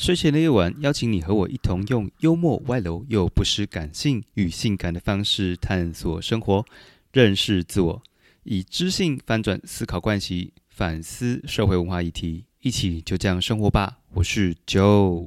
睡前的夜晚，邀请你和我一同用幽默、外露又不失感性与性感的方式探索生活，认识自我，以知性翻转思考惯习，反思社会文化议题，一起就这样生活吧。我是 Joe。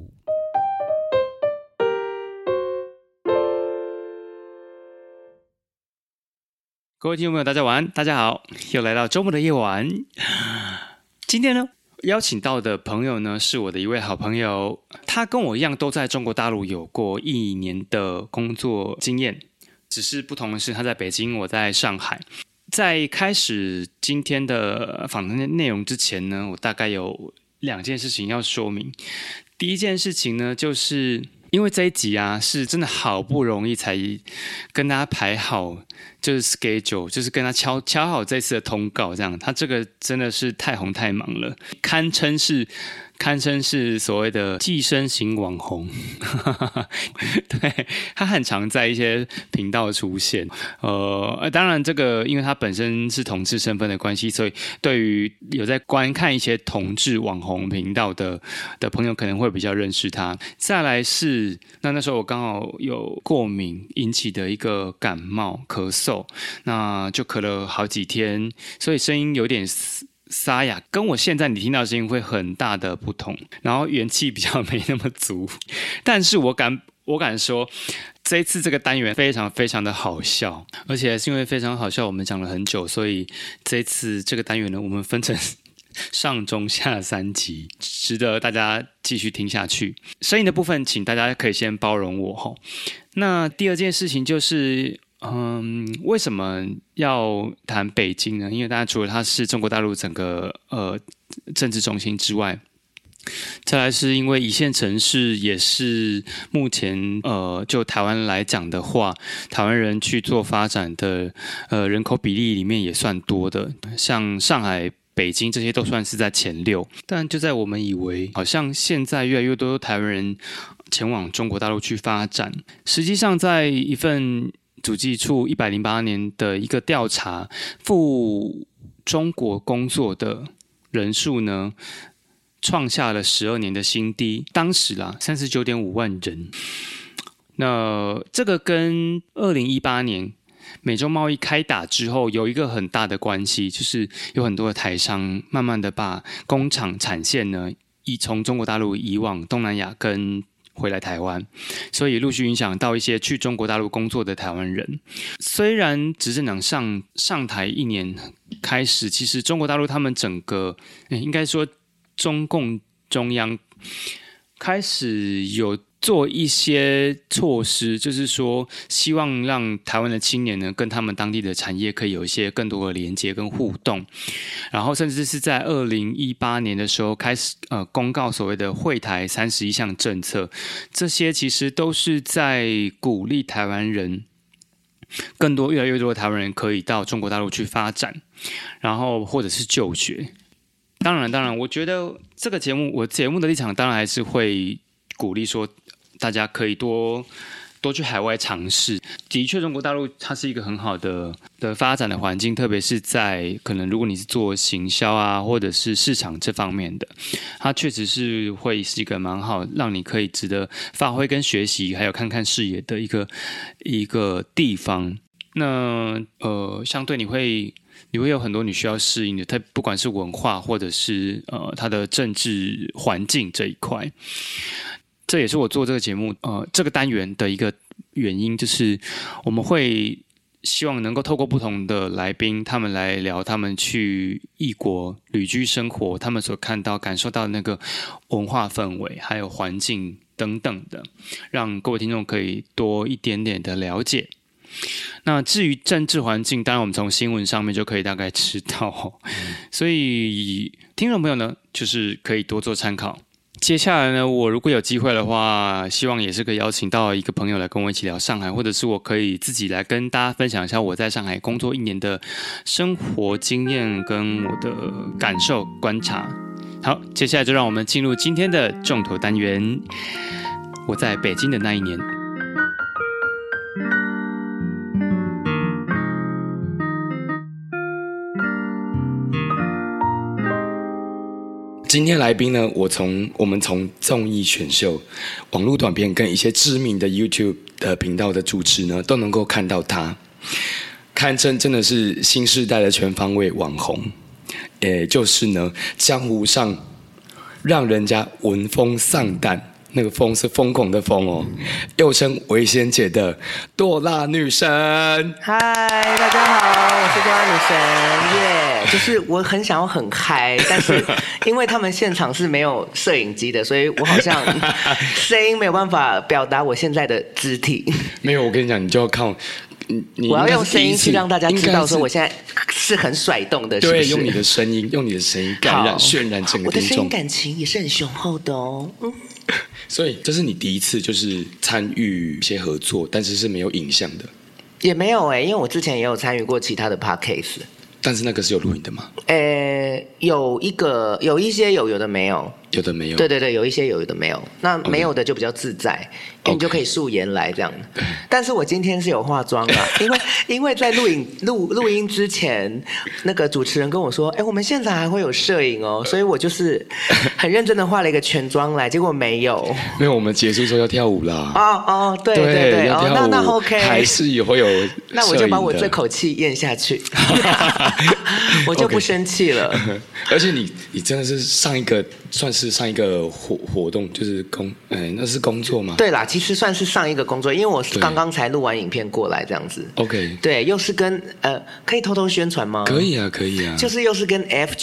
各位听众朋友，大家晚安，大家好，又来到周末的夜晚。今天呢，邀请到的朋友呢，是我的一位好朋友，他跟我一样都在中国大陆有过1年的工作经验，只是不同的是他在北京，我在上海。在开始今天的访谈内容之前呢，我大概有2件事情要说明。第一件事情呢，就是因为这一集啊，是真的好不容易才跟大家排好，就是 schedule， 就是跟他敲好这次的通告，这样他这个真的是太红太忙了，堪称是所谓的寄生型网红。对，他很常在一些频道出现。当然这个因为他本身是同志身份的关系，所以对于有在观看一些同志网红频道的朋友可能会比较认识他。再来是那时候我刚好有过敏引起的一个感冒咳嗽，那就咳了好几天，所以声音有点沙哑，跟我现在你听到的声音会很大的不同，然后元气比较没那么足，但是我敢说这一次这个单元非常非常的好笑，而且是因为非常好笑我们讲了很久，所以这一次这个单元呢，我们分成上中下3集，值得大家继续听下去。声音的部分请大家可以先包容我。那第二件事情就是为什么要谈北京呢？因为大家除了它是中国大陆整个政治中心之外，再来是因为一线城市也是目前就台湾来讲的话，台湾人去做发展的人口比例里面也算多的，像上海、北京这些都算是在前6，但就在我们以为好像现在越来越多台湾人前往中国大陆去发展，实际上在一份主计处108年的一个调查，赴中国工作的人数呢，创下了12年的新低，当时啦39.5万人。那这个跟2018年美洲贸易开打之后有一个很大的关系，就是有很多的台商慢慢的把工厂产线呢，从中国大陆移往东南亚跟回来台湾，所以陆续影响到一些去中国大陆工作的台湾人。虽然执政党上台1年开始，其实中国大陆他们整个应该说中共中央开始有做一些措施，就是说希望让台湾的青年呢跟他们当地的产业可以有一些更多的连接跟互动，然后甚至是在2018年的时候开始公告所谓的惠台31项政策，这些其实都是在鼓励台湾人越来越多的台湾人可以到中国大陆去发展，然后或者是就学。当然我觉得这个我节目的立场当然还是会鼓励说大家可以多去海外尝试。的确中国大陆它是一个很好的发展的环境，特别是在可能如果你是做行销啊或者是市场这方面的，它确实是会是一个蛮好让你可以值得发挥跟学习还有看看视野的一个地方。那相对你会有很多你需要适应的，它不管是文化或者是它的政治环境这一块。这也是我做这个节目这个单元的一个原因，就是我们会希望能够透过不同的来宾，他们来聊他们去异国旅居生活，他们所看到感受到的那个文化氛围还有环境等等的，让各位听众可以多一点点的了解。那至于政治环境，当然我们从新闻上面就可以大概知道，所以听众朋友呢，就是可以多做参考。接下来呢，我如果有机会的话，希望也是可以邀请到一个朋友来跟我一起聊上海，或者是我可以自己来跟大家分享一下我在上海工作1年的生活经验跟我的感受观察。好，接下来就让我们进入今天的重头单元，我在北京的那1年。 今天来宾呢，我们从综艺选秀、网络短片跟一些知名的 YouTube 的频道的主持呢，都能够看到他，堪称真的是新世代的全方位网红。也就是呢，江湖上让人家闻风丧胆。那个疯是疯狂的疯哦，又称危险姐的朵拉女神。 嗨，大家好，我是朵拉女神耶。就是我很想要很嗨，但是因为他们现场是没有摄影机的，所以我好像声音没有办法表达我现在的肢体。 没有，我跟你讲，你就要看。 我要用声音去让大家知道说我现在是很甩动的，是不是？ 对，用你的声音感染、渲染整个听众。 我的声音感情也是很雄厚的哦。 所以这是你第一次就是参与一些合作，但是是没有影像的。 也没有因为我之前也有参与过其他的 podcast。 但是那个是有录影的吗？ 有一些有的没有。 有的没有， 对，有一些有的没有，那没有的就比较自在，因为你就可以素颜来这样。但是我今天是有化妆啊，因为在录音之前，那个主持人跟我说，我们现场还会有摄影哦，所以我就是很认真的化了一个全妆来，结果没有。 没有，我们结束之后要跳舞啦。 对，那 OK， 还是会有。 那我就把我这口气咽下去，我就不生气了。 而且你真的是上一个活动，就是那是工作吗？ 对啦，其实算是上一个工作，因为我是刚刚才录完影片过来这样子。 OK， 对，又是跟可以偷偷宣传吗？ 可以啊，就是又是跟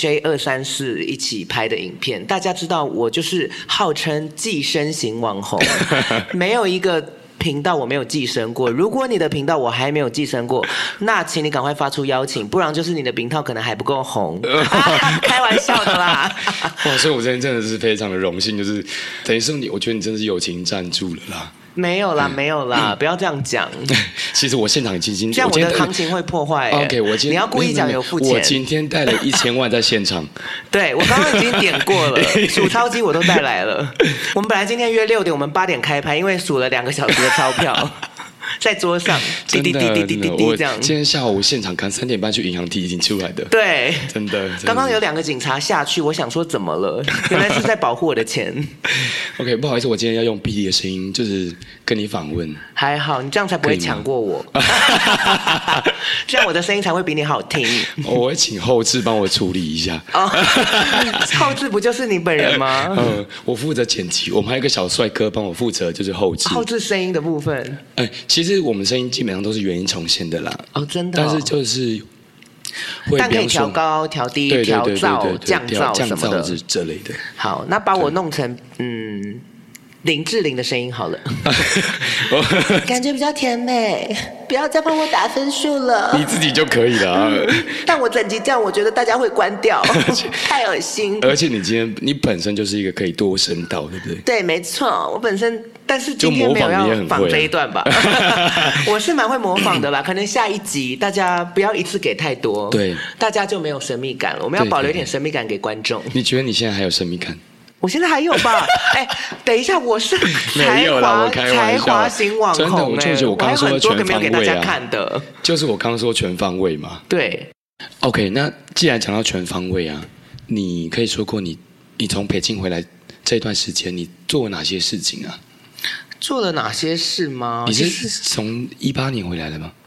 FJ234一起拍的影片。大家知道我就是号称寄生型网红，没有一个频道我没有寄生过。如果你的频道我还没有寄生过，那请你赶快发出邀请，不然就是你的频道可能还不够红。开玩笑的啦。 哇，所以我今天真的是非常的荣幸，就是等于是我觉得你真的是友情赞助了啦。 没有啦，不要这样讲。 其实我现场已经， 这样我的行情会破坏。 OK， 你要故意讲有付钱。 我今天带了1000万在现场。 对，我刚刚已经点过了，数钞机我都带来了。我们本来今天约6点，我们8点开拍，因为数了2个小时的钞票。在桌上滴滴滴滴滴滴滴这样。 今天下午现场看3点半去银行提出来的。 对， 真的。 刚刚有2个警察下去，我想说怎么了？原来是在保护我的钱。 OK， 不好意思，我今天要用 PD 的声音，就是跟你访问。 还好，你这样才不会抢过我。这样我的声音才会比你好听。 我会请后制帮我处理一下。 后制不就是你本人吗？ 我负责剪辑，我们还有一个小帅哥帮我负责就是后制。 后制声音的部分。 其实我们声音基本上都是原音重现的啦。 真的。 但是就是会， 但可以调高、调低、调噪、降噪什么的这类的。 好，那把我弄成林志玲的声音好了。感觉比较甜美，不要再帮我打分数了。 你自己就可以了。 但我整集这样，我觉得大家会关掉，太恶心。 而且你本身就是一个可以多声道，对不对？ 对，没错，我本身，但是今天没有要仿这一段吧？我是蛮会模仿的啦，可能下一集大家不要一次给太多， 对， 大家就没有神秘感了。我们要保留一点神秘感给观众。 你觉得你现在还有神秘感？ 我现在还有吧？等一下，我是才华型网红。 真的，我就是我刚说的全方位啊。 没有给大家看的， 就是我刚说全方位嘛。 对。 OK， 那既然讲到全方位啊，你可以说过你从北京回来这段时间，你做了哪些事情啊？ 做了哪些事吗？ 你是从18年回来的吗？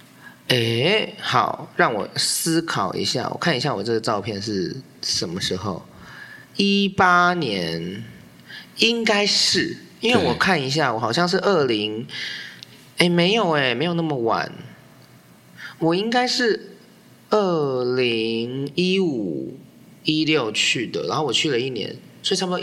好，让我思考一下，我看一下我这个照片是什么时候。18年应该是，因为我看一下，我好像是没有那么晚，我应该是2015、16去的，然后我去了1年，所以差不多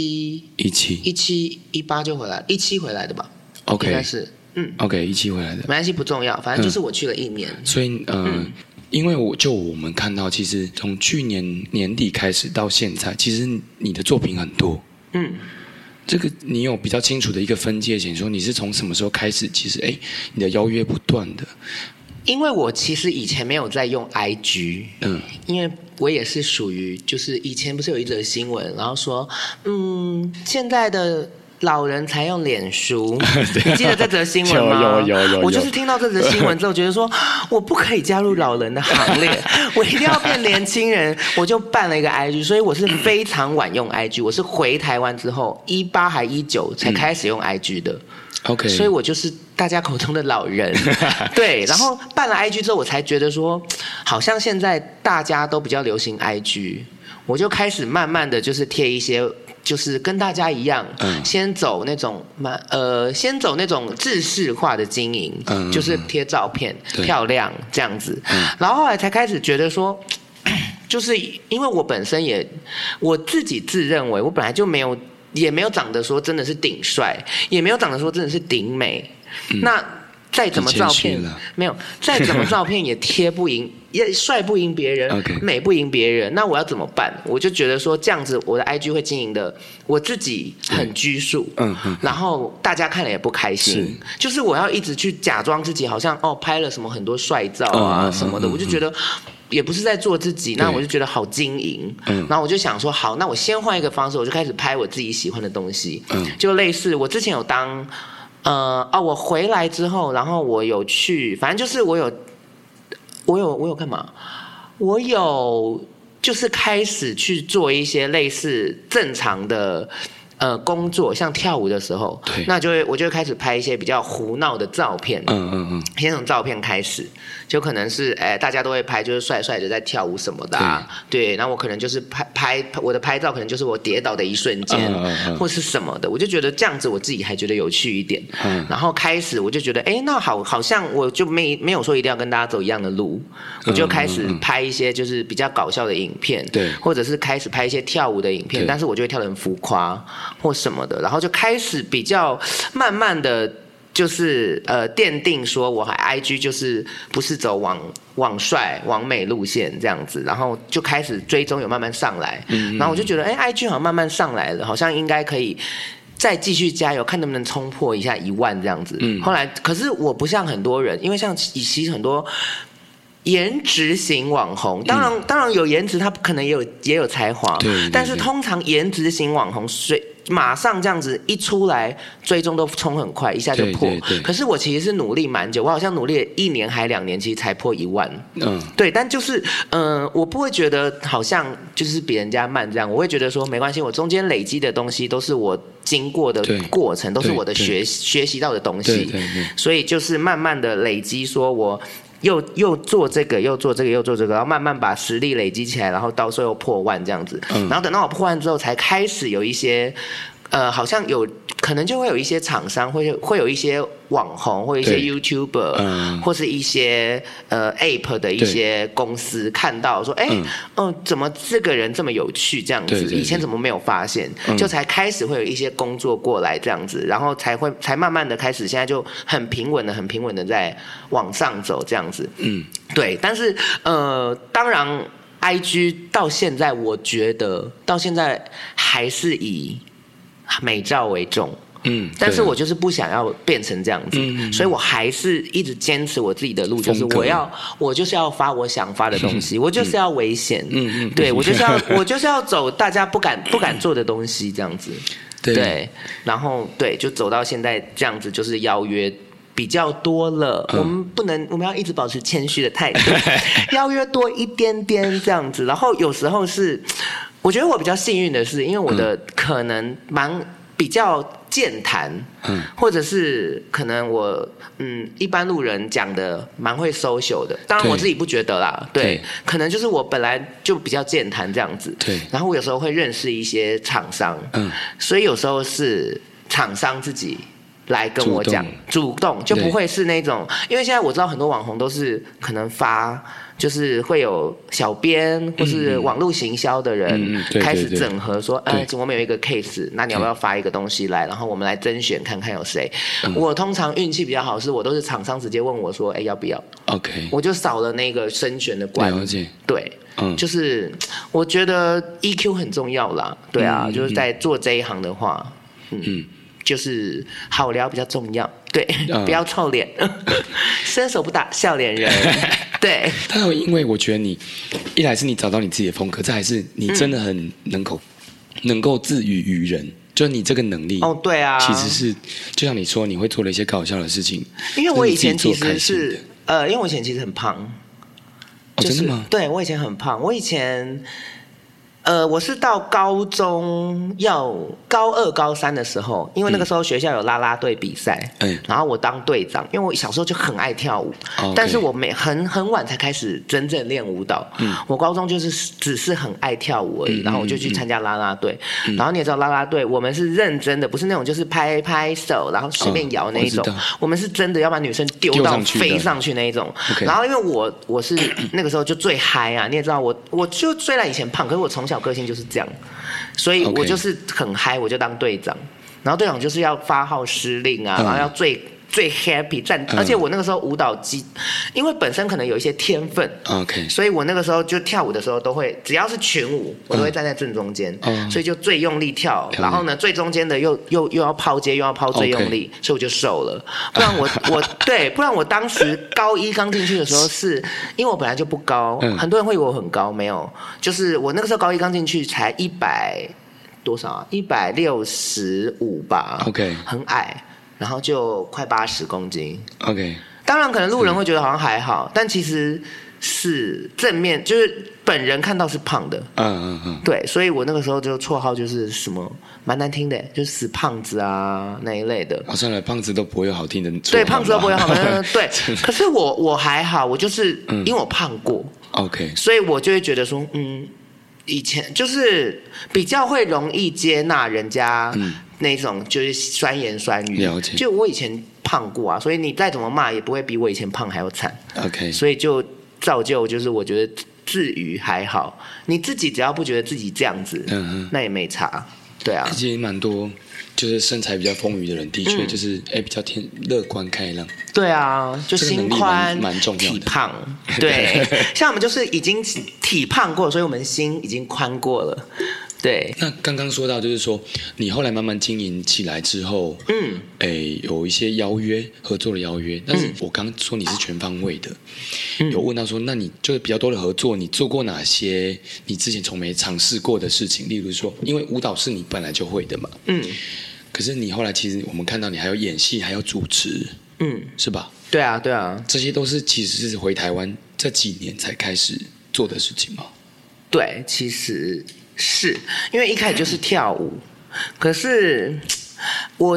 17、18就回来，17回来的吧 ？OK， 应该是 ，OK， 17回来的， 没关系，不重要，反正就是我去了1年， 所以因为我们看到，其实从去年年底开始到现在，其实你的作品很多。这个你有比较清楚的一个分界线，说你是从什么时候开始？其实你的邀约不断的。 因为我其实以前没有在用 IG，因为我也是属于就是以前不是有一则新闻，然后说现在的老人才用脸书，你记得这则新闻吗？ 有。 我就是听到这则新闻之后，觉得说我不可以加入老人的行列，我一定要变年轻人，我就办了一个 IG， 所以我是非常晚用 IG， 我是回台湾之后18还19才开始用 IG 的。 OK， 所以我就是大家口中的老人，对。然后办了 IG 之后，我才觉得说，好像现在大家都比较流行 IG， 我就开始慢慢的就是贴一些。就是跟大家一样，先走那种制式化的经营，就是贴照片漂亮这样子，然后后来才开始觉得说，就是因为我本身我自己自认为我本来就也没有长得说真的是顶帅，也没有长得说真的是顶美，那再怎么照片没有，再怎么照片也贴不赢，也帅不赢别人，美不赢别人，那我要怎么办？我就觉得说这样子，我的 IG 会经营的，我自己很拘束，然后大家看了也不开心，就是我要一直去假装自己好像拍了什么很多帅照啊什么的，我就觉得。也不是在做自己，那我就觉得好经营，然后我就想说，好，那我先换一个方式，我就开始拍我自己喜欢的东西，就类似我之前有当。我回来之后，然后我有去，反正就是我有干嘛？我有就是开始去做一些类似正常的工作，像跳舞的时候，那我就会开始拍一些比较胡闹的照片，先从照片开始，就可能是大家都会拍，就是帅帅的在跳舞什么的啊，对，然后我可能就是拍我的拍照，可能就是我跌倒的一瞬间，或是什么的，我就觉得这样子我自己还觉得有趣一点，然后开始我就觉得，那好像我就没有说一定要跟大家走一样的路，我就开始拍一些就是比较搞笑的影片，对，或者是开始拍一些跳舞的影片，但是我就会跳得很浮夸。或什么的，然后就开始比较慢慢的，就是奠定说我IG 就是不是走网帅、网美路线这样子，然后就开始追踪有慢慢上来，然后我就觉得IG 好像慢慢上来了，好像应该可以。再继续加油，看能不能冲破一下1万这样子。后来，可是我不像很多人，因为像其实很多颜值型网红，当然有颜值，他可能也有才华，但是通常颜值型网红马上这样子一出来，追踪都冲很快，一下就破。可是我其实是努力蛮久，我好像努力了1年还2年，其实才破1万。对，但就是我不会觉得好像就是比人家慢这样，我会觉得说没关系，我中间累积的东西都是我经过的过程，都是我的学习到的东西，所以就是慢慢的累积，说我。又做这个，又做这个，又做这个，然后慢慢把实力累积起来，然后到时候又破万这样子。然后等到我破万之后，才开始有一些，好像可能就会有一些厂商会有一些网红或一些 YouTuber，或是一些App 的一些公司看到说，怎么这个人这么有趣这样子，以前怎么没有发现，就才开始会有一些工作过来这样子，然后才慢慢的开始，现在就很平稳的在往上走这样子。对，但是当然 IG 到现在，我觉得到现在还是以美照为重。但是我就是不想要变成这样子，所以我还是一直坚持我自己的路，就是我就是要发我想发的东西，我就是要危险，对，我就是要走大家不敢做的东西这样子，对，然后对，就走到现在这样子，就是邀约比较多了，我们要一直保持谦虚的态度，邀约多一点点这样子，然后有时候是，我觉得我比较幸运的是，因为我的可能比较健谈，或者是可能我一般路人讲的蛮会 social 的，当然我自己不觉得啦，对，可能就是我本来就比较健谈这样子，对，然后我有时候会认识一些厂商，所以有时候是厂商自己来跟我讲，主动就不会是那种，因为现在我知道很多网红都是可能发。就是会有小编或是网络行销的人开始整合说，我们有一个 case， 那你要不要发一个东西来，然后我们来甄选看看有谁。我通常运气比较好，是我都是厂商直接问我说，要不要 ？OK， 我就少了那个甄选的关。了解，对，就是我觉得 EQ 很重要啦，对啊，就是在做这一行的话，就是好聊比较重要，对，不要臭脸，伸手不打笑脸人，对。 但因为我觉得你，一来是你找到你自己的风格，再来是你真的很能够自娱于人， 就你这个能力哦，对啊， 其实是就像你说，你会做了一些搞笑的事情。 因为我以前其实是因为我以前其实很胖。 哦，真的吗？ 对，我以前很胖，我以前。我是到高中要高2、高3的时候，因为那个时候学校有啦啦队比赛，然后我当队长，因为我小时候就很爱跳舞，但是我很晚才开始真正练舞蹈。我高中就是只是很爱跳舞而已，然后我就去参加啦啦队。然后你也知道啦啦队，我们是认真的，不是那种就是拍拍手然后随便摇那一种，我们是真的要把女生丢到飞上去那一种。然后因为我是那个时候就最嗨啊，你也知道我就虽然以前胖，可是我从小个性就是这样，所以我就是很嗨，我就当队长。然后队长就是要发号施令啊，然后要最 happy 站，而且我那个时候舞蹈机，因为本身可能有一些天分，所以我那个时候就跳舞的时候都会，只要是群舞，我都会站在正中间，所以就最用力跳。然后呢，最中间的又要抛接，又要抛最用力，所以我就瘦了。不然不然我当时高1刚进去的时候是，因为我本来就不高，很多人会以为我很高，没有，就是我那个时候高1刚进去才100多少啊，165吧，很矮。然后就快80公斤。当然可能路人会觉得好像还好，但其实是正面，就是本人看到是胖的。对，所以我那个时候就绰号就是什么蛮难听的，就是死胖子啊那一类的。 算了，胖子都不会有好听的绰号。 对，胖子都不会有好听的。对，可是我还好，我就是因为我胖过。所以我就会觉得说，以前就是比较会容易接纳人家那种就是酸言酸语。 了解。 就我以前胖过啊，所以你再怎么骂也不会比我以前胖还要惨。所以就造就就是我觉得至于还好，你自己只要不觉得自己这样子，那也没差。对啊， 其实蛮多就是身材比较丰腴的人，的确就是比较偏乐观开朗。 对啊，就心宽蛮重要的， 体胖。对，像我们就是已经体胖过，所以我们心已经宽过了。对。 那刚刚说到就是说，你后来慢慢经营起来之后，有一些合作的邀约，但是我刚刚说你是全方位的，有问到说，那你就是比较多的合作，你做过哪些你之前从没尝试过的事情？例如说，因为舞蹈是你本来就会的嘛，可是你后来其实我们看到你还有演戏，还有主持，是吧？ 对啊，对啊， 这些都是其实是回台湾这几年才开始做的事情吗？ 对，其实是因为一开始就是跳舞，可是我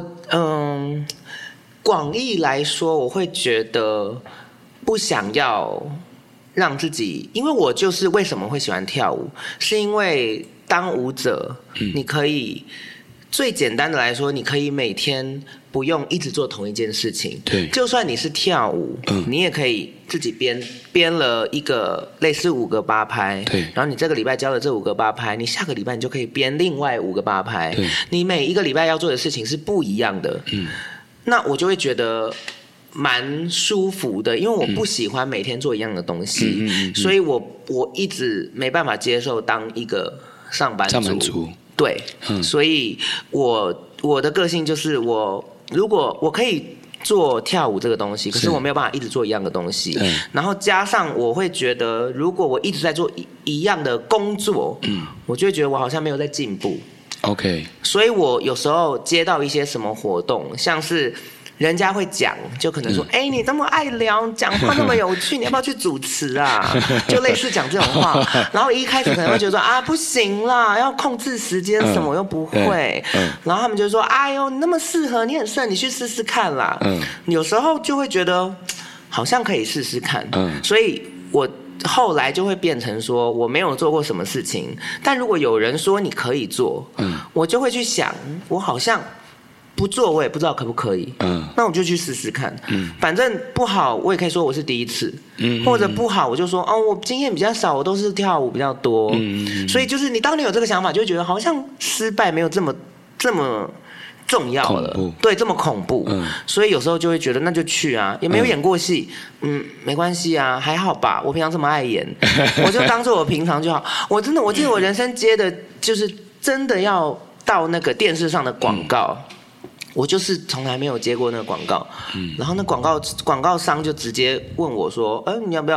广义来说，我会觉得不想要让自己，因为我就是为什么会喜欢跳舞，是因为当舞者，你可以最简单的来说，你可以每天不用一直做同一件事情。 对， 就算你是跳舞，你也可以自己编了一个类似5个8拍。 对， 然后你这个礼拜教了这5个8拍，你下个礼拜你就可以编另外5个8拍。 对， 你每一个礼拜要做的事情是不一样的。那我就会觉得蛮舒服的，因为我不喜欢每天做一样的东西，所以我一直没办法接受当一个上班族。对，所以我的个性就是如果我可以做跳舞这个东西，可是我没有办法一直做一样的东西，然后加上我会觉得，如果我一直在做一样的工作，我就会觉得我好像没有在进步。所以我有时候接到一些什么活动，像是人家会讲，就可能说，你这么爱聊，讲话那么有趣，你要不要去主持啊？就类似讲这种话。然后一开始可能会觉得说不行啦，要控制时间什么我又不会。然后他们就说，哎呦，你那么适合，你很适合，你去试试看啦。有时候就会觉得好像可以试试看。所以我后来就会变成说，我没有做过什么事情，但如果有人说你可以做，我就会去想，我好像不做我也不知道可不可以，那我就去试试看，反正不好我也可以说我是第一次，或者不好我就说我经验比较少，我都是跳舞比较多，所以就是当你有这个想法，就会觉得好像失败没有这么重要了，对，这么恐怖，所以有时候就会觉得那就去啊，也没有演过戏，没关系啊，还好吧，我平常这么爱演，我就当做我平常就好。我记得我人生接的就是真的要到那个电视上的广告，我就是从来没有接过那个广告，然后那广告商就直接问我说，你要不要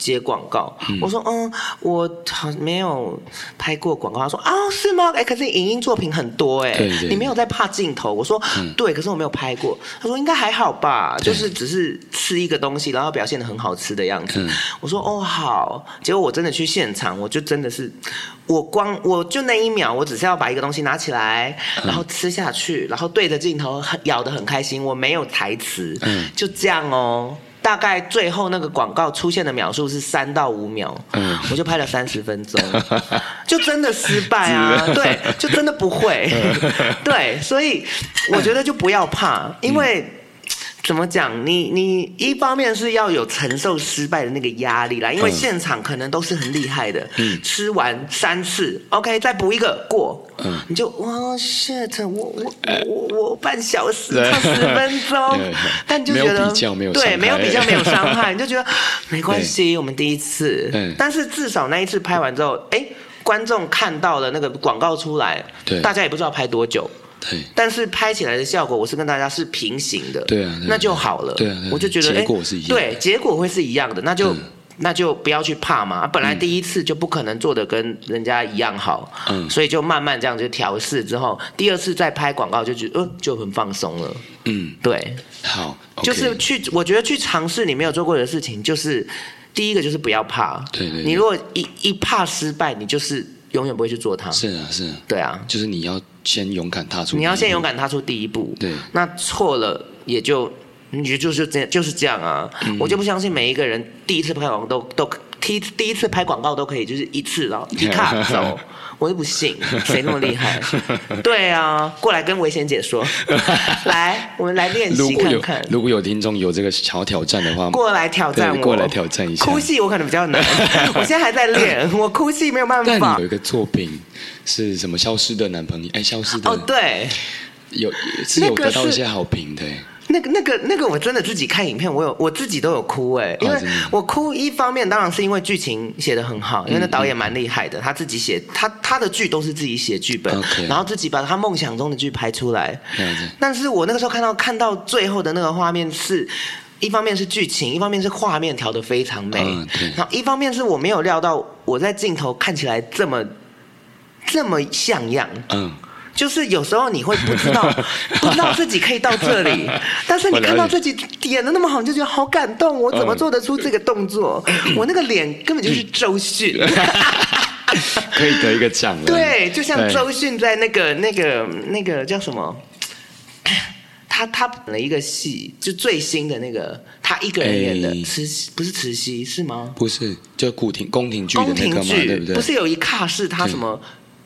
接广告。我说我好没有拍过广告。他说是吗？可是影音作品很多你没有在怕镜头。我说对，可是我没有拍过。他说应该还好吧，就是只是吃一个东西，然后表现得很好吃的样子。我说好。结果我真的去现场，我就真的是我就那一秒，我只是要把一个东西拿起来，然后吃下去，然后对着镜头咬得很开心，我没有台词，就这样哦。大概最后那个广告出现的秒数是3到5秒，我就拍了30分钟，就真的失败啊！对，就真的不会，对，所以我觉得就不要怕，因为怎么讲，你一方面是要有承受失败的那个压力啦，因为现场可能都是很厉害的，吃完3次 ，OK， 再补一个过。你就哇 shit， 我半小时到10分钟，但你就觉得对，没有比较没有伤害，你就觉得没关系，我们第一次，但是至少那一次拍完之后，观众看到了那个广告出来，大家也不知道拍多久。对，但是拍起来的效果，我是跟大家是平行的，对啊，那就好了。对啊，我就觉得结果是一样的， 对，结果会是一样的，那就不要去怕嘛。本来第一次就不可能做的跟人家一样好，所以就慢慢这样就调试之后，第2次再拍广告就觉得就很放松了。对， 好， 就是我觉得去尝试你没有做过的事情，就是第一个就是不要怕。对，你如果一怕失败，你就是永远不会去做它。是啊，对啊， 就是你要先勇敢踏出， 你要先勇敢踏出第一步。对，那错了也就就是这样啊。我就不相信每一个人第一次拍广告都第一次拍广告都可以就是一次然后一卡走，我就不信谁那么厉害。对啊，过来跟危险姐说，来我们来练习看看。 如果有听众有这个想要挑战的话， 过来挑战我， 过来挑战一下。 哭戏我可能比较难，我现在还在练，我哭戏没有办法。 但你有一个作品是什么？消失的男朋友？消失的对， 有得到一些好评的。 那个我真的自己看影片，我自己都有哭因为我哭一方面当然是因为剧情写得很好，因为那导演蛮厉害的，他自己写他的剧都是自己写剧本，然后自己把他梦想中的剧拍出来。但是我那个时候看到最后的那个画面是。一方面是剧情，一方面是画面调得非常美，然后一方面是我没有料到我在镜头看起来这么像样。就是有时候你会不知道自己可以到这里，但是你看到自己演得那么好，你就觉得好感动。我怎么做得出这个动作？我那个脸根本就是周迅， 可以得一个奖了。 对，就像周迅在那个叫什么？他演了一个戏，就最新的那个，他一个人演的，不是慈禧是吗？ 不是，就宫廷剧的那个嘛，对不对？ 不是有一卡是他什么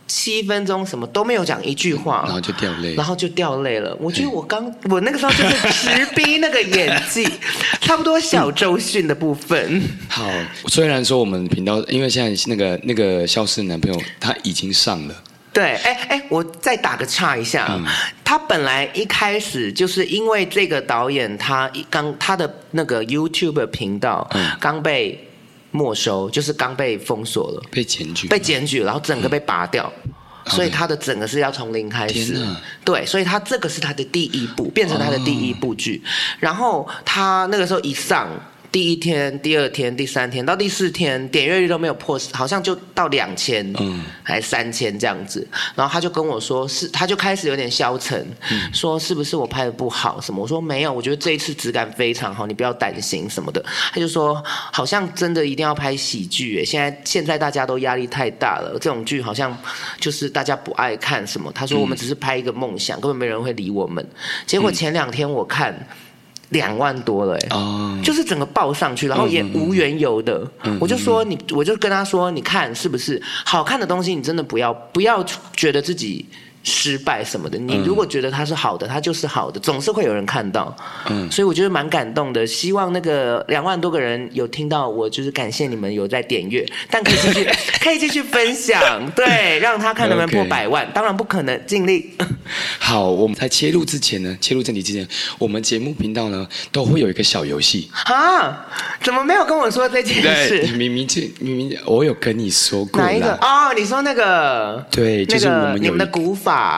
7分钟什么都没有讲一句话， 然后就掉泪了。我觉得我那个时候就是直逼那个演技，差不多小周迅的部分。 好，虽然说我们频道因为现在那个消失的男朋友他已经上了。 对，我再打个岔一下，他本来一开始就是因为这个导演他的那个 YouTube 频道刚被没收，就是刚被封锁了，被检举，然后整个被拔掉，所以他的整个是要从零开始。对，所以他这个是他的第一部，变成他的第一部剧，然后他那个时候一上。第1天、第2天、第3天到第4天，点阅率都没有破，好像就到2000，还3000这样子。然后他就跟我说，他就开始有点消沉，说是不是我拍的不好什么？我说没有，我觉得这一次质感非常好，你不要担心什么的。他就说，好像真的一定要拍喜剧现在大家都压力太大了，这种剧好像就是大家不爱看什么。他说我们只是拍一个梦想，根本没人会理我们。结果前2天我看。2万多了就是整个爆上去，然后也无缘由的，我就跟他说，你看是不是好看的东西，你真的不要觉得自己失败什么的，你如果觉得它是好的，它就是好的，总是会有人看到。所以我觉得蛮感动的，希望那个2万多个人有听到我，就是感谢你们有在点阅，但可以继续分享，对，让他看能不能破100万，当然不可能，尽力。 好，我们在切入正题之前，我们节目频道呢都会有一个小游戏啊，怎么没有跟我说这件事？ 对，明明我有跟你说过啦。 哪一个？你说那个？ 对，就是我们有你们的古法。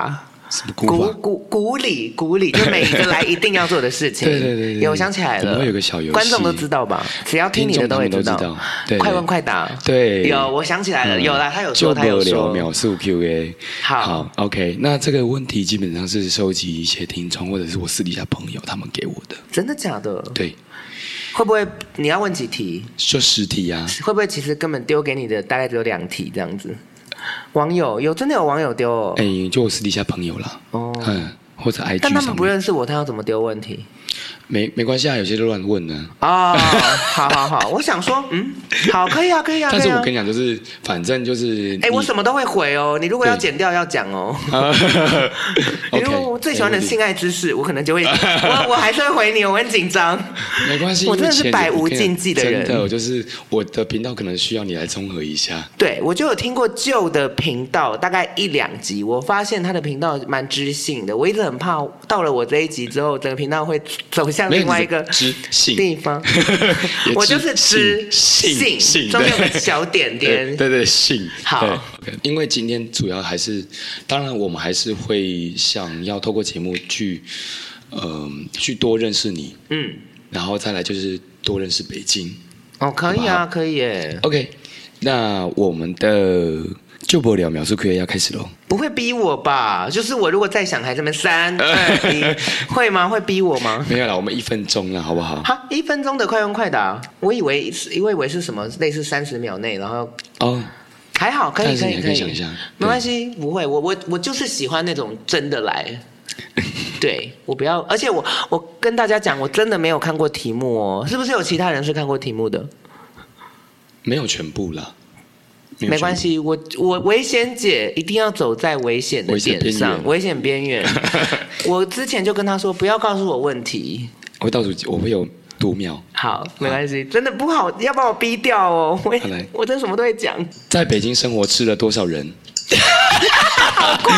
什么古法？ 古礼，就每一个来一定要做的事情。 对， 有，我想起来了， 我们会有个小游戏， 观众都知道吧？只要听你的都会知道。 对， 快问快答。 对， 有，我想起来了，有啦，他有说。 秒速 Q&A。好 ，OK， 那这个问题基本上是收集一些听众或者是我私底下朋友他们给我的。 真的假的？ 对。 会不会你要问几题？ 就10题啊。 会不会其实根本丢给你的大概只有2题这样子？网友真的有网友丢哦。 就我私底下朋友啦。哦。或者 IG。 但他们不认识我，他要怎么丢问题？ 没关系啊，有些都乱问呢。 好，我想说，好，可以啊。 但是我跟你讲，就是反正就是， 我什么都会回哦。你如果要剪掉，要讲哦。你如果我最喜欢的性爱知识，我可能就会，我还是会回你，我很紧张。 没关系， 我真的是百无禁忌的人。 真的，就是我的频道可能需要你来综合一下。 对，我就有听过旧的频道，大概1-2集，我发现他的频道蛮知性的。我一直很怕到了我这一集之后，整个频道会走向另外一个地方。我就是知性，中间有个小点点。 对，性。 好， 因为今天主要还是，当然我们还是会想要透过节目去多认识你，然后再来就是多认识北京。 可以啊，可以耶。 OK， 那我们的就不聊秒速 Q&A 要开始喽。 不会逼我吧？就是我如果再想，还这么3、2、1，会吗？会逼我吗？ 没有啦，我们1分钟了，好不好？ 哈，1分钟的快问快答，我以为是什么类似30秒内，然后还好，可以想一下， 没关系，不会，我就是喜欢那种真的来。对，我不要，而且我跟大家讲，我真的没有看过题目哦，是不是有其他人是看过题目的？ 没有全部啦。 没关系，我危险姐一定要走在危险的点上，危险边缘。我之前就跟他说，不要告诉我问题。 我会有读秒。 好，没关系，真的不好，要把我逼掉哦。我真的什么都会讲。 在北京生活吃了多少人？ 好快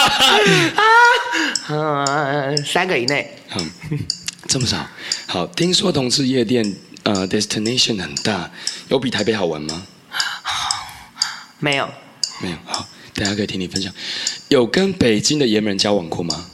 哦！3个以内。 这么少。好，听说同志夜店destination 很大，有比台北好玩吗？ 没有。 好，大家可以听你分享。有跟北京的爷们人交往过吗？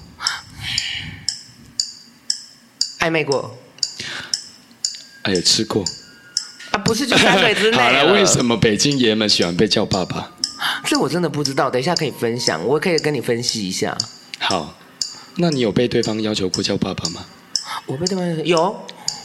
暧昧过。 有吃过。 不是就3岁之内了。 好了，为什么北京爷们喜欢被叫爸爸？ 这我真的不知道，等一下可以分享，我可以跟你分析一下。 好，那你有被对方要求过叫爸爸吗？ 我被对方有。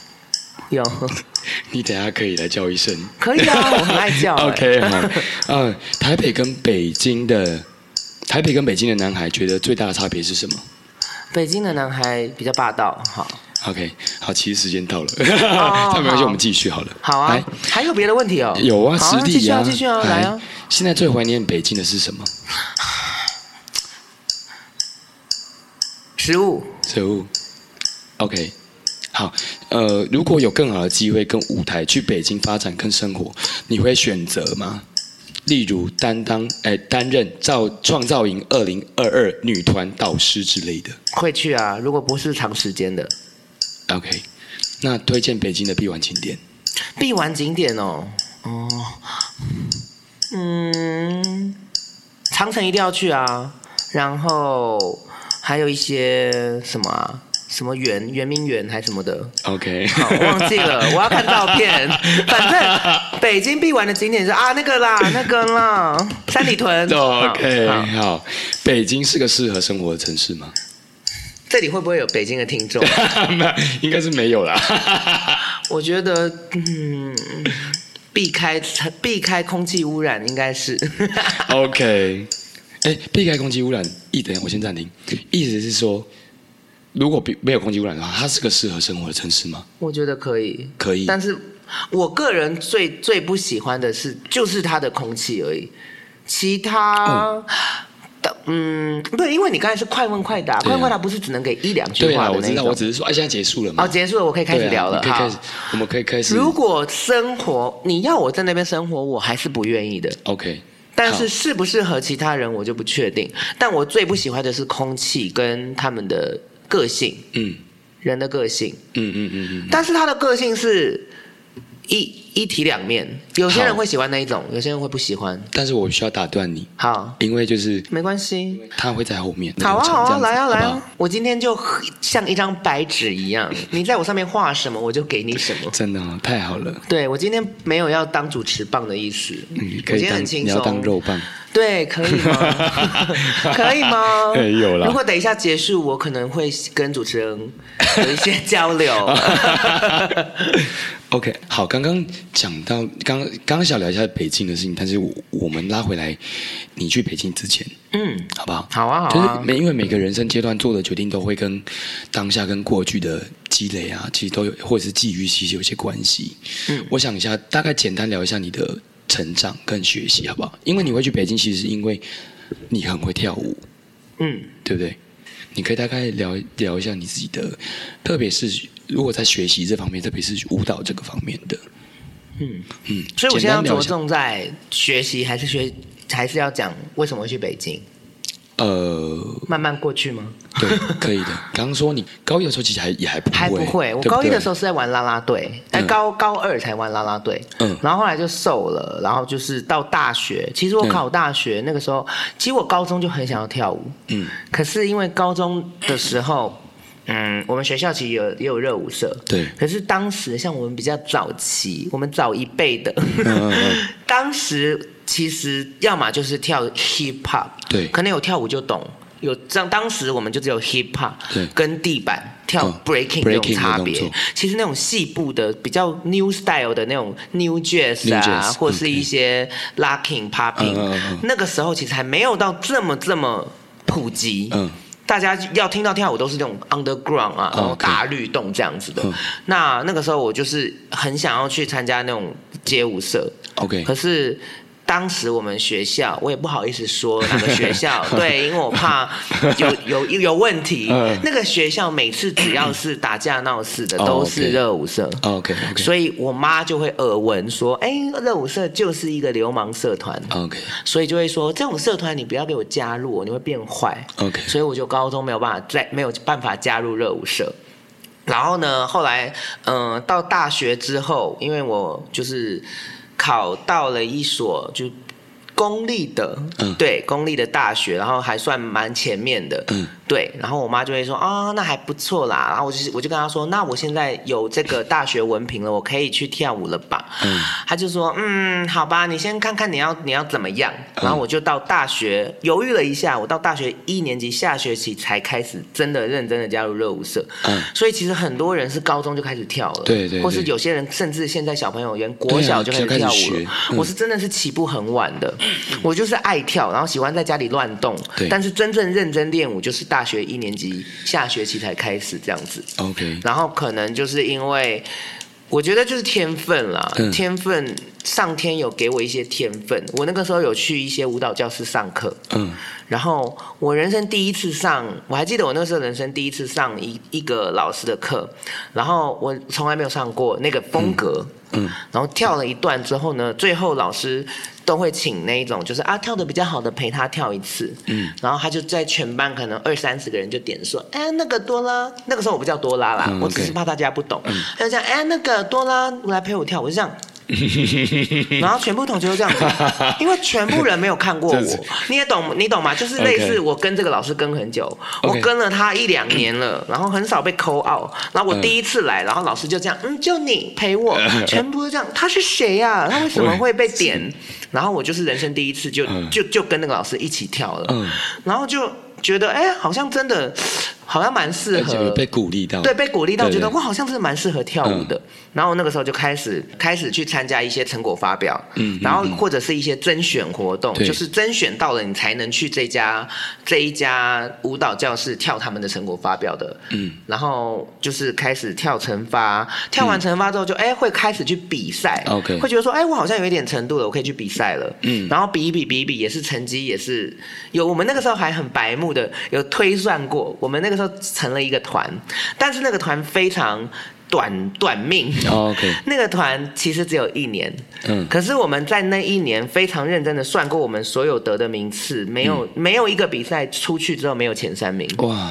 你等一下可以来叫一声。 可以啊，我很爱叫。 OK， 好。台北跟北京的男孩觉得最大的差别是什么？ 北京的男孩比较霸道。好。 OK， 好，其实时间到了，但没关系，我们继续好了。 好啊，还有别的问题哦？ 有啊，实地啊， 继续啊，来啊！ 现在最怀念北京的是什么？ 食物。 OK， 好，如果有更好的机会跟舞台去北京发展跟生活，你会选择吗？例如担任创造营2022女团导师之类的。会去啊，如果不是长时间的。 OK， 那推荐北京的必玩景点。 必玩景点哦，长城一定要去啊，然后还有一些什么啊？什么圆明园还是什么的 ？OK， 好，忘记了，我要看照片。反正北京必玩的景点是那个啦，三里屯。 OK， 好，北京是个适合生活的城市吗？ 这里会不会有北京的听众？ 应该是没有啦。 我觉得，避开空气污染应该是。 OK， 避开空气污染，等一下我先暂停。意思是说，如果没有空气污染的话，它是个适合生活的城市吗？ 我觉得可以， 可以。 但是我个人最不喜欢的就是它的空气而已，其他。对，因为你刚才是快问快答，快问快答不是只能给1-2句话的那种。对啊， 我知道，我只是说，现在结束了嘛。 结束了，我可以开始聊了。 我们可以开始。 如果生活，你要我在那边生活，我还是不愿意的。 OK， 但是适不适合其他人，我就不确定。但我最不喜欢的是空气跟他们的个性，人的个性，但是他的个性是一体两面，有些人会喜欢那一种，有些人会不喜欢。 但是我需要打断你， 好， 因为就是没关系， 他会在后面。 好啊好啊，来啊来啊！ 好不好我今天就像一张白纸一样，你在我上面画什么，我就给你什么。 真的哦，太好了。 对，我今天没有要当主持棒的意思， 可以当， 我今天很轻你要当松。 肉棒。 对，可以吗？可以吗？ 有啦如果等一下结束，我可能会跟主持人有一些交流。 OK， 好，刚刚讲到，刚刚想聊一下北京的事情，但是我们拉回来，你去北京之前，好不好？ 好啊，好就啊。 是因为每个人生阶段做的决定都会跟当下跟过去的积累啊，其实都有，或者是际遇，其实有一些关系。我想一下，大概简单聊一下你的成长跟学习，好不好？因为你会去北京，其实是因为你很会跳舞，对不对？你可以大概聊一下你自己的，特别是如果在学习这方面，特别是舞蹈这个方面的。 所以我现在要着简单聊一下重在学习，还是要讲为什么会去北京？慢慢过去吗？ 对，可以的。刚刚说你高一的时候其实也还不会， 还不会。我高一的时候是在玩啦啦队，高二才玩啦啦队。然后后来就瘦了，然后就是到大学。其实我考大学那个时候，其实我高中就很想要跳舞。可是因为高中的时候，我们学校其实也有热舞社。 对。 可是当时像我们比较早期，我们早一辈的，当时其实要么就是跳 hip hop， 对， 可能有跳舞就懂。当时我们就只有 hip hop 跟地板跳 breaking 那种差别。其实那种细部的比较 new style 的那种 new jazz 啊，或是一些 locking popping，那个时候其实还没有到这么普及。大家要听到跳舞都是那种 underground 啊，然后大律动这样子的。那个时候我就是很想要去参加那种街舞社。 OK， 可是当时我们学校，我也不好意思说哪个学校，对，因为我怕有问题。那个学校每次只要是打架闹事的，都是热舞社。 OK， 所以我妈就会耳闻说，热舞社就是一个流氓社团。 OK， 所以就会说这种社团你不要给我加入，你会变坏。 OK， 所以我就高中没有办法加入热舞社。然后呢，后来到大学之后，因为我就是考到了一所就公立的，对，公立的大学，然后还算蛮前面的，对。然后我妈就会说那还不错啦。然后我就跟她说，那我现在有这个大学文凭了，我可以去跳舞了吧？她就说好吧，你先看看你要怎么样。然后我就到大学犹豫了一下，我到大学1年级下学期才开始真的认真的加入热舞社。所以其实很多人是高中就开始跳了， 对， 或是有些人甚至现在小朋友连国小就开始跳舞了。我是真的是起步很晚的。我就是爱跳，然后喜欢在家里乱动，但是真正认真练舞就是大学1年级下学期才开始这样子。 OK， 然后可能就是因为我觉得就是天分啦，天分，上天有给我一些天分。我那个时候有去一些舞蹈教室上课，然后我人生第一次上，我还记得我那时候人生第一次上一个老师的课，然后我从来没有上过那个风格，然后跳了一段之后呢，最后老师都会请那一种就是跳得比较好的陪他跳一次，然后他就在全班可能20-30个人就点说，那个多拉，那个时候我不叫多拉啦，我只是怕大家不懂，他就这样，那个多拉来陪我跳，我就这样。然后全部同学都这样子，因为全部人没有看过我，你懂吗？就是类似我跟这个老师跟很久，我跟了他1-2年了，然后很少被call out，然后我第一次来，然后老师就这样，就你陪我，全部都这样，他是谁呀？他为什么会被点？然后我就是人生第一次就跟那个老师一起跳了，然后就觉得好像真的好像蛮适合， 被鼓励到， 对，被鼓励到，觉得我好像真的蛮适合跳舞的。然后那个时候就开始去参加一些成果发表，然后或者是一些甄选活动，就是甄选到了你才能去这一家舞蹈教室跳他们的成果发表的。然后就是开始跳惩罚，跳完惩罚之后就会开始去比赛，会觉得说我好像有一点程度了，我可以去比赛了。然后比一比也是成绩也是有，我们那个时候还很白目的有推算过，我们那个时候成了一个团，但是那个团非常短命。那个团其实只有1年，可是我们在那1年非常认真的算过我们所有得的名次，没有一个比赛出去之后没有前3名。哇！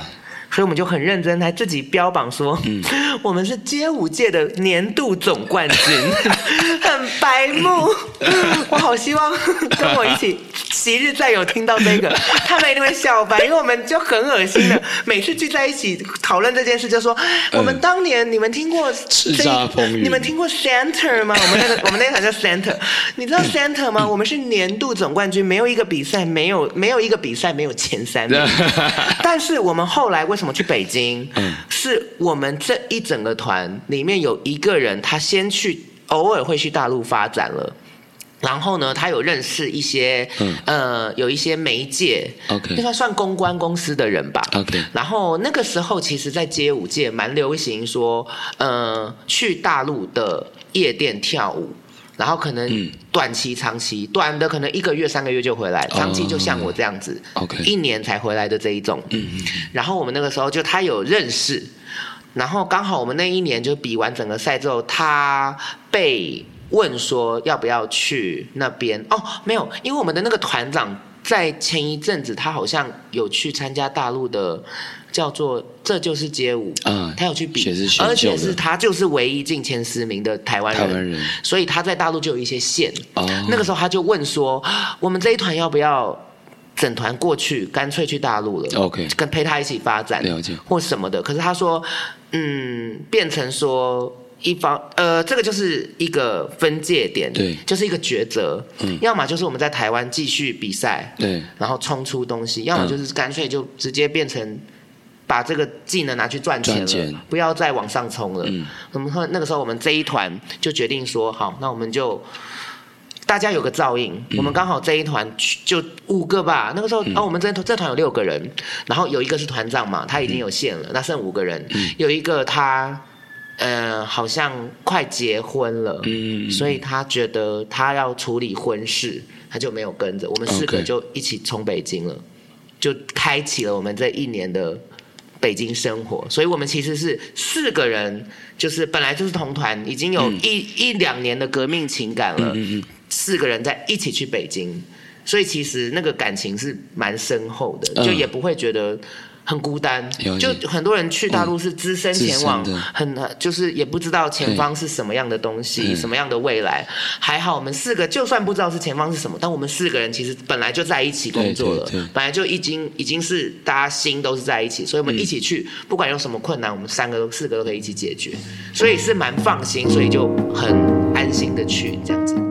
所以我们就很认真，还自己标榜说，我们是街舞界的年度总冠军，很白目。我好希望跟我一起昔日再有听到这个，他们一定会笑翻，因为我们就很恶心的，每次聚在一起讨论这件事，就说我们当年你们听过叱咤风云， 你们听过 Center 吗？我们那个团叫 Center， 你知道 Center 吗？我们是年度总冠军，没有一个比赛没有一个比赛没有前3名。但是我们后来为什么去北京？是我们这一整个团里面有一个人，他先去偶尔会去大陆发展了。然后呢，他有认识一些，有一些媒介，应该算公关公司的人吧。然后那个时候，其实，在街舞界蛮流行说，去大陆的夜店跳舞，然后可能短期、长期，短的可能1个月、3个月就回来，长期就像我这样子，1年才回来的这一种。然后我们那个时候就他有认识，然后刚好我们那一年就比完整个赛之后，他被问说要不要去那边？没有，因为我们的那个团长在前一阵子，他好像有去参加大陆的叫做《这就是街舞》，他有去比，而且是他就是唯一进前10名的台湾人，所以他在大陆就有一些线。那个时候他就问说，我们这一团要不要整团过去，干脆去大陆了跟陪他一起发展，或什么的。可是他说，变成说。一方这个就是一个分界点，对，就是一个抉择。要么就是我们在台湾继续比赛，对，然后冲出东西；要么就是干脆就直接变成把这个技能拿去赚钱了，不要再往上冲了。那个时候我们这一团就决定说，好，那我们就大家有个照应。我们刚好这一团就5个吧，那个时候我们这团有6个人，然后有一个是团长嘛，他已经有线了，那剩5个人，有一个他。好像快结婚了，所以他觉得他要处理婚事，他就没有跟着我们4个就一起冲北京了，就开启了我们这1年的北京生活。所以我们其实是4个人，就是本来就是同团，已经有一两年的革命情感了，4个人在一起去北京，所以其实那个感情是蛮深厚的，就也不会觉得。很孤单，就很多人去大陆是只身前往，就是也不知道前方是什么样的东西，什么样的未来。还好我们4个就算不知道是前方是什么，但我们4个人其实本来就在一起工作了，本来就已经是大家心都是在一起，所以我们一起去，不管有什么困难，我们4个都可以一起解决，所以是蛮放心，所以就很安心的去这样子。